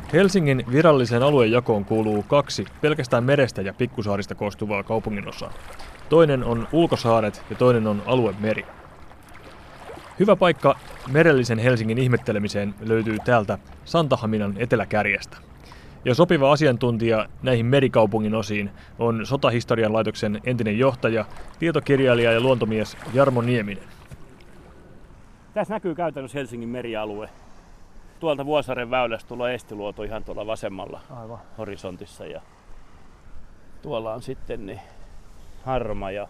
Helsingin viralliseen aluejakoon kuuluu 2 pelkästään merestä ja pikkusaarista koostuvaa kaupunginosaa. Toinen on ulkosaaret ja toinen on aluemeri. Hyvä paikka merellisen Helsingin ihmettelemiseen löytyy täältä Santahaminan eteläkärjestä. Ja sopiva asiantuntija näihin merikaupungin osiin on Sotahistorian laitoksen entinen johtaja, tietokirjailija ja luontomies Jarmo Nieminen. Tässä näkyy käytännössä Helsingin merialue. Tuolta Vuosaaren väylästä tulee Estiluoto ihan tuolla vasemmalla horisontissa. Ja tuolla on sitten niin Harma ja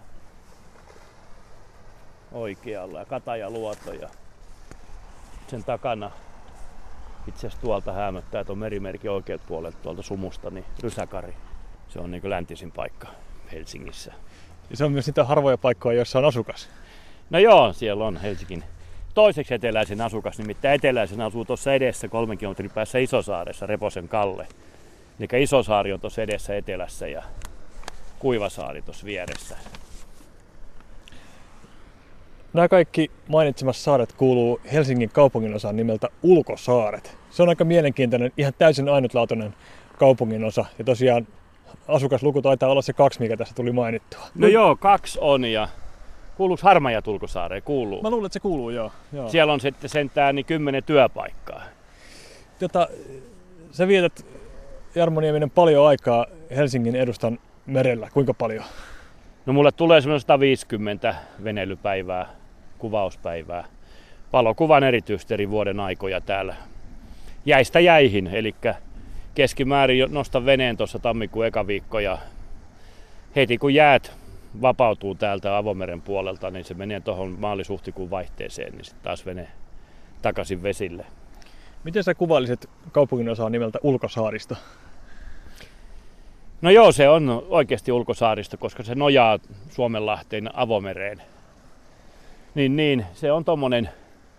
oikealla ja Katajaluoto ja sen takana itse asiassa tuolta häämöttää tuon merimerkin oikealta puolelta tuolta Sumusta niin Rysäkari. Se on niin kuin läntisin paikka Helsingissä. Ja se on myös niitä harvoja paikkoja, joissa on asukas. No joo, siellä on Helsingin toiseksi eteläisin asukas, nimittäin eteläisin asuu tuossa edessä 3 kilometrin päässä Isosaaressa, Reposen Kalle. Eli Isosaari on tuossa edessä etelässä ja Kuivasaari tuossa vieressä. Nämä kaikki mainitsemassa saaret kuuluu Helsingin kaupunginosaan nimeltä Ulkosaaret. Se on aika mielenkiintoinen, ihan täysin ainutlaatuinen kaupunginosa. Ja tosiaan asukasluku taitaa olla se 2, mikä tässä tuli mainittua. No joo, 2 on ja kuuluuko Harmajat Ulkosaareen? Kuuluu. Mä luulen, että se kuuluu, joo. Siellä on sitten sentään niin 10 työpaikkaa. Sä vietät, Jarmo Nieminen, paljon aikaa Helsingin edustan merellä. Kuinka paljon? No mulle tulee semmoinen 150 veneilypäivää, kuvauspäivää. Valokuvan erityisesti eri vuoden aikoja täällä. Jäistä jäihin, eli keskimäärin nostan veneen tuossa tammikuun eka viikko ja heti kun jäät vapautuu täältä avomeren puolelta, niin se menee tuohon maalis-huhtikuun vaihteeseen, niin sitten taas vene takaisin vesille. Miten sä kuvailisit kaupunginosaa nimeltä Ulkosaaristo? No joo, se on oikeasti ulkosaaristo, koska se nojaa Suomenlahteen avomereen. Niin, se on tommonen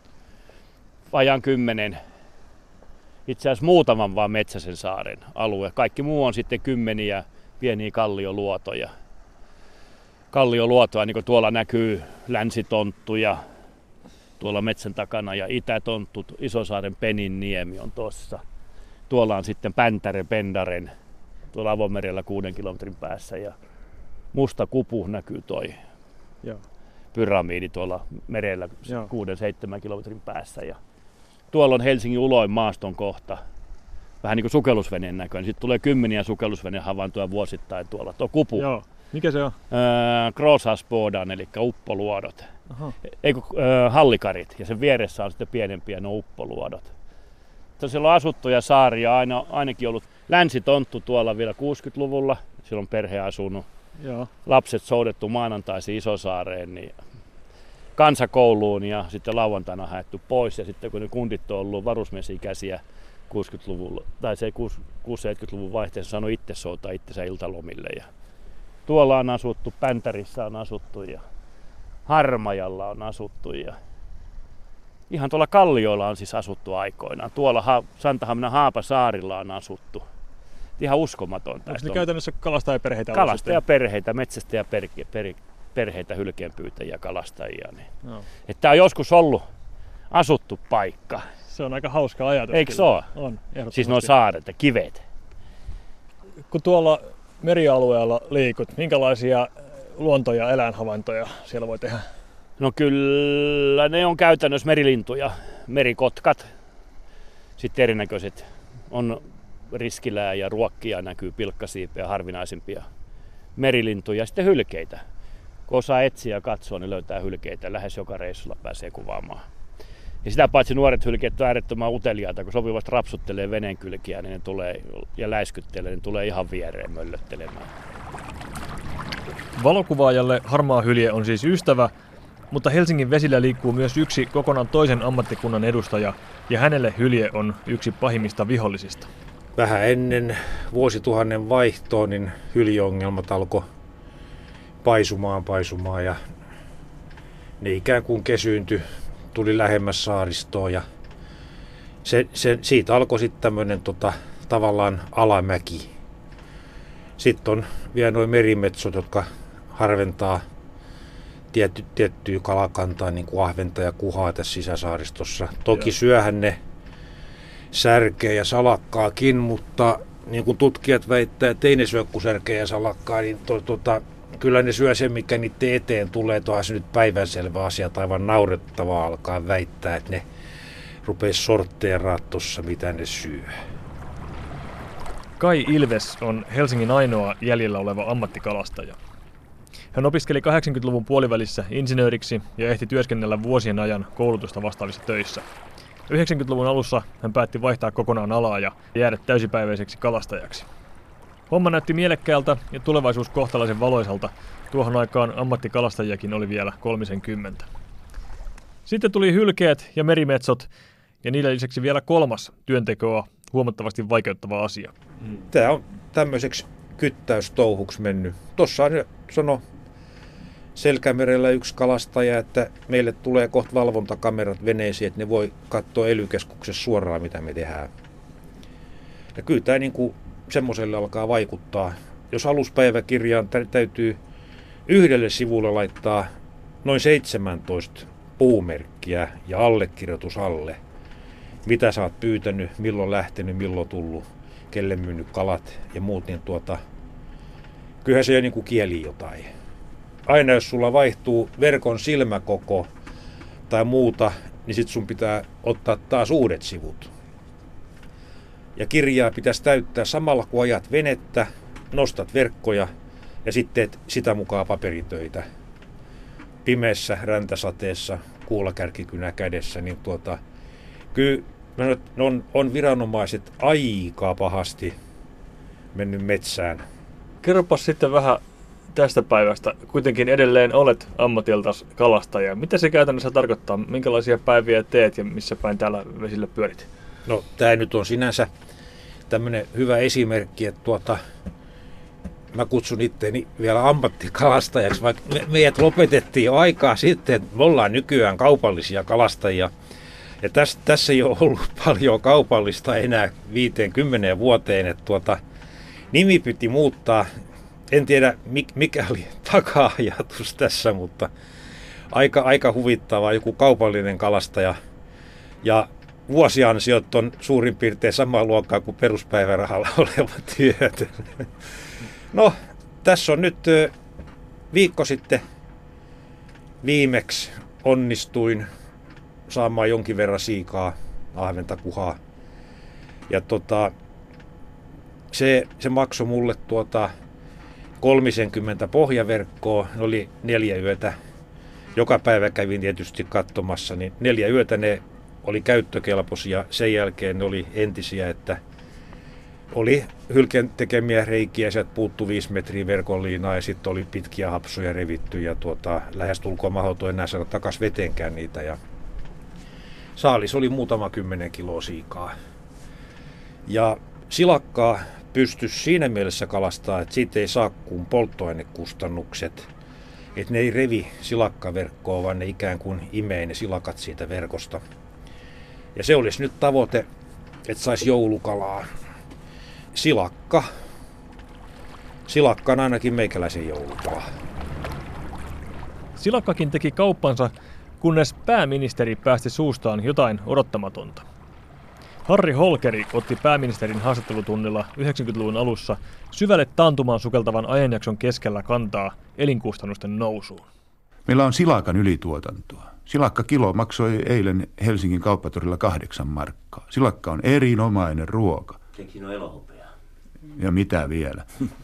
vajaan 10, itse asiassa muutaman vaan metsäisen saaren alue. Kaikki muu on sitten 10 pieniä kallioluotoja. Kallioluotoa, niin kuin tuolla näkyy Länsitonttuja tuolla metsän takana ja Itätonttut, Isosaaren Peninniemi on tuossa. Tuolla on sitten Päntärä, Pendaren tuolla avomerellä 6 kilometrin päässä ja Musta Kupu näkyy toi pyramiidi tuolla merellä 6-7 kilometrin päässä. Ja tuolla on Helsingin uloin maaston kohta, vähän niin kuin sukellusveneen näköinen. Sitten tulee 10 sukellusveneen havaintoja vuosittain tuolla. Tuo Kupu. Joo. Mikä se on? Gråsasbodan, eli uppoluodot. Hallikarit, ja sen vieressä on sitten pienempiä nuo uppoluodot. Siellä on asuttuja saaria, ainakin ollut Länsitonttu tuolla vielä 60-luvulla. Siellä on perhe asunut. Joo. Lapset soudettu maanantaisin Isosaareen niin kansakouluun ja sitten lauantaina haettu pois. Ja sitten kun ne kundit on ollut varusmiesikäisiä 60-luvulla, tai se 60-70-luvun vaihteessa saanut itse soutaa itsensä iltalomille. Ja tuolla on asuttu, Päntärissä on asuttu ja Harmajalla on asuttu ja ihan tuolla Kallioilla on siis asuttu aikoinaan. Tuolla Santahaminan Haapasaarilla on asuttu. Ihan uskomatonta. Onko ne käytännössä kalastajaperheitä? Kalastajaperheitä, metsästäjäperheitä, hylkeenpyytäjiä, kalastajia. Niin. Tämä on joskus ollut asuttu paikka. Se on aika hauska ajatus. Eikö se ole? On, siis nuo saaret ja kivet. Kun tuolla merialueella liikut, minkälaisia luonto- ja eläinhavaintoja siellä voi tehdä? No kyllä, ne on käytännössä merilintuja, merikotkat, sitten erinäköiset on riskilää ja ruokkia näkyy, pilkkasiipeä, harvinaisimpia merilintuja ja sitten hylkeitä. Kun osaa etsiä ja katsoa, niin löytää hylkeitä, lähes joka reissulla pääsee kuvaamaan. Ja sitä paitsi nuoret hylkeet on äärettömän uteliaita, kun sopivasti rapsuttelee veneen kylkiä, niin ne tulee ja läiskyttelee, niin tulee ihan viereen möllöttelemään. Valokuvaajalle harmaa hylje on siis ystävä, mutta Helsingin vesillä liikkuu myös yksi kokonaan toisen ammattikunnan edustaja, ja hänelle hylje on yksi pahimmista vihollisista. Vähän ennen vuosituhannen vaihtoa niin hyljeongelmat alkoi paisumaan ja ne ikään kuin kesyyntyi, tuli lähemmäs saaristoa ja siitä alkoi sitten tämmöinen tavallaan alamäki. Sitten on vielä nuo merimetsot, jotka harventaa tiettyä kalakantaa, niin kuin ahventa ja kuhaa tässä sisäsaaristossa. Toki syöhän ne särkeä ja salakkaakin, mutta niin kuin tutkijat väittää, että ei ne syö kuin särkeä ja salakkaa, niin kyllä ne syö sen, mikä niiden eteen tulee. Tuohan se nyt päivänselvä asia, tai aivan naurettavaa alkaa väittää, että ne rupeaa sortteeraa tuossa, mitä ne syö. Kai Ilves on Helsingin ainoa jäljellä oleva ammattikalastaja. Hän opiskeli 80-luvun puolivälissä insinööriksi ja ehti työskennellä vuosien ajan koulutusta vastaavissa töissä. 90-luvun alussa hän päätti vaihtaa kokonaan alaa ja jäädä täysipäiväiseksi kalastajaksi. Homma näytti mielekkäältä ja tulevaisuus kohtalaisen valoisalta. Tuohon aikaan ammattikalastajiakin oli vielä 30. Sitten tuli hylkeet ja merimetsot ja niiden lisäksi vielä kolmas työntekoa huomattavasti vaikeuttava asia. Tämä on tämmöiseksi kyttäystouhuksi mennyt. Tuossa sanoi Selkämerellä yksi kalastaja, että meille tulee kohta valvontakamerat veneisiin, että ne voi katsoa ELY-keskuksessa suoraan, mitä me tehdään. Ja kyllä tämä niin kuin semmoiselle alkaa vaikuttaa. Jos aluspäiväkirjaan täytyy yhdelle sivulle laittaa noin 17 puumerkkiä ja allekirjoitus alle, mitä sä oot pyytänyt, milloin lähtenyt, milloin tullut, kelle myynyt kalat ja muut, niin kyllähän se jo niin kuin kieli jotain. Aina jos sulla vaihtuu verkon silmäkoko tai muuta, niin sit sun pitää ottaa taas uudet sivut. Ja kirjaa pitäisi täyttää samalla kun ajat venettä, nostat verkkoja ja sitten teet sitä mukaan paperitöitä. Pimeässä räntäsateessa, kuulakärkikynä kädessä, niin kyllä on viranomaiset aika pahasti mennyt metsään. Kerropas sitten vähän tästä päivästä. Kuitenkin edelleen olet ammatiltas kalastaja. Mitä se käytännössä tarkoittaa? Minkälaisia päiviä teet ja missä päin täällä vesillä pyörit? No tämä nyt on sinänsä tämmöinen hyvä esimerkki, että mä kutsun itteeni vielä ammattikalastajaksi, vaikka meidät lopetettiin jo aikaa sitten, että me ollaan nykyään kaupallisia kalastajia. Ja tässä ei ole ollut paljon kaupallista enää 50 vuoteen, että nimi piti muuttaa. En tiedä mikä oli taka-ajatus tässä, mutta aika huvittavaa, joku kaupallinen kalastaja. Ja vuosiansiot on suurin piirtein samaa luokkaa kuin peruspäivärahalla oleva työtön. No, tässä on nyt viikko sitten viimeksi onnistuin saamaan jonkin verran siikaa, ahventa, kuhaa. Ja se maksoi mulle 30 pohjaverkkoa, ne oli 4 yötä. Joka päivä kävin tietysti katsomassa, niin 4 yötä ne oli käyttökelpoisia. Sen jälkeen ne oli entisiä, että oli hylkeen tekemiä reikiä, sieltä puuttu 5 metriä verkon liinaa ja sitten oli pitkiä hapsuja revitty ja lähestulkoon mahdoton enää saada takaisin veteenkään niitä. Ja saalis oli muutama 10 kiloa siikaa. Ja silakkaa pystyisi siinä mielessä kalastaa, että siitä ei saa kuin polttoainekustannukset. Että ne ei revi silakkaverkkoa, vaan ne ikään kuin imee ne silakat siitä verkosta. Ja se olisi nyt tavoite, että saisi joulukalaa. Silakka on ainakin meikäläisen joulukala. Silakkakin teki kauppansa, kunnes pääministeri päästi suustaan jotain odottamatonta. Harri Holkeri otti pääministerin haastattelutunnilla 90-luvun alussa syvälle taantumaan sukeltavan ajanjakson keskellä kantaa elinkustannusten nousuun. Meillä on silakan ylituotantoa. Silakkakilo maksoi eilen Helsingin kauppatorilla 8 markkaa. Silakka on erinomainen ruoka. Siinä on elohopea. Ja mitä vielä?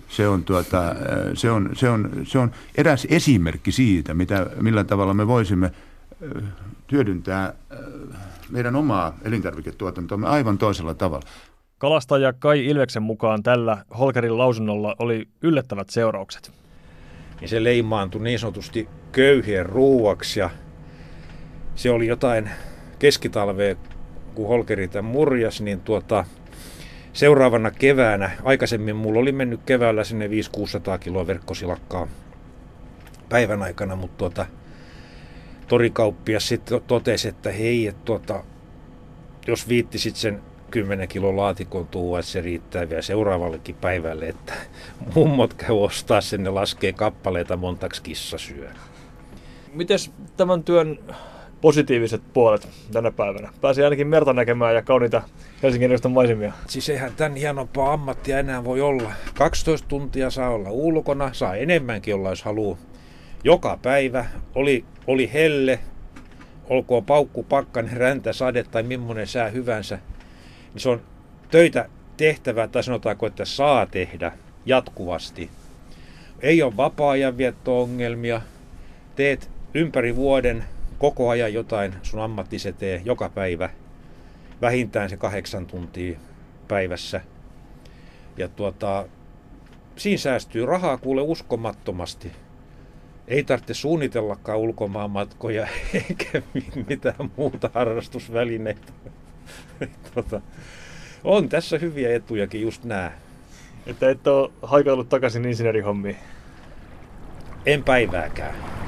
Se on eräs esimerkki siitä, millä tavalla me voisimme hyödyntää meidän omaa elintarviketuotantoamme aivan toisella tavalla. Kalastaja Kai Ilveksen mukaan tällä Holkerin lausunnolla oli yllättävät seuraukset. Ja se leimaantui niin sanotusti köyhien ruuaksi ja se oli jotain keskitalvea, kun Holkeri tämän murjas, niin seuraavana keväänä, aikaisemmin mulla oli mennyt keväällä sinne 500-600 kiloa verkkosilakkaa päivän aikana, mutta torikauppias sitten totesi, että hei, että jos viittisit sen 10 kilon laatikon tuua, että se riittää vielä seuraavallekin päivälle, että mummot käy ostaa sen, ne laskee kappaleita montaksi kissa syö. Mites tämän työn positiiviset puolet tänä päivänä? Pääsee ainakin merta näkemään ja kauniita Helsingin edustan maisemia. Siis eihän tämän hienompaa ammattia enää voi olla. 12 tuntia saa olla ulkona, saa enemmänkin olla, jos haluaa. Joka päivä oli helle, olkoon paukku, pakkanen, räntä, sade tai millainen sää hyvänsä. Niin se on töitä tehtävää, tai sanotaanko, että saa tehdä jatkuvasti. Ei ole vapaa-ajan vietto-ongelmia. Teet ympäri vuoden koko ajan jotain sun ammattisi tee joka päivä. Vähintään se 8 tuntia päivässä. Ja siinä säästyy rahaa kuule uskomattomasti. Ei tarvitse suunnitellakaan ulkomaanmatkoja eikä mitään muuta harrastusvälineitä. On tässä hyviä etujakin just nää. Että et ole haikaillut takaisin insinöörihommiin? En päivääkään.